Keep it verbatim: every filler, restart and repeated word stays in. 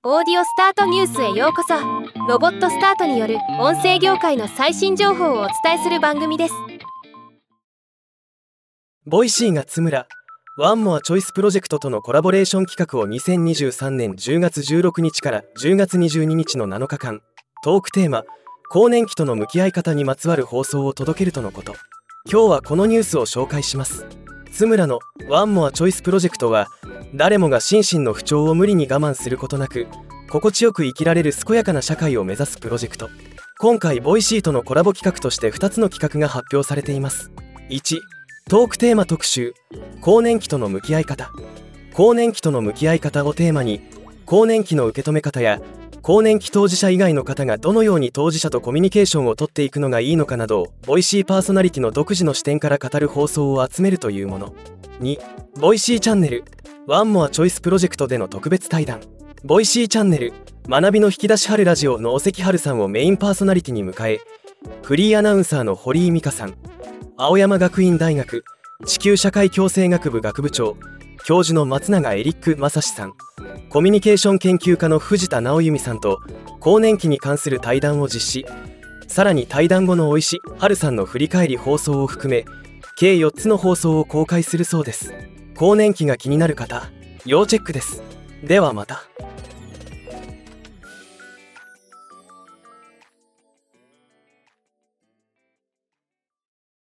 オーディオスタートニュースへようこそ。ロボットスタートによる音声業界の最新情報をお伝えする番組です。 ボイシーが津村ワンモアチョイスプロジェクトとのコラボレーション企画をにせんにじゅうさんねんじゅうがつじゅうろくにちからじゅうがつにじゅうににちのなのかかん、トークテーマ更年期との向き合い方にまつわる放送を届けるとのこと。今日はこのニュースを紹介します。津村のワンモアチョイスプロジェクトは、誰もが心身の不調を無理に我慢することなく心地よく生きられる健やかな社会を目指すプロジェクト。今回ボイシーとのコラボ企画としてふたつの企画が発表されています。いち、トークテーマ特集更年期との向き合い方。更年期との向き合い方をテーマに、更年期の受け止め方や更年期当事者以外の方がどのように当事者とコミュニケーションをとっていくのがいいのかなどをボイシーパーソナリティの独自の視点から語る放送を集めるというもの。に、ボイシーチャンネルワンモアチョイスプロジェクトでの特別対談。ボイシーチャンネル学びの引き出し春ラジオの尾関春さんをメインパーソナリティに迎え、フリーアナウンサーの堀井美香さん、青山学院大学地球社会共生学部学部長教授の松永エリック正史さん、コミュニケーション研究家の藤田直由美さんと更年期に関する対談を実施。さらに対談後のおいし春さんの振り返り放送を含め計よっつの放送を公開するそうです。更年期が気になる方要チェックです。ではまた。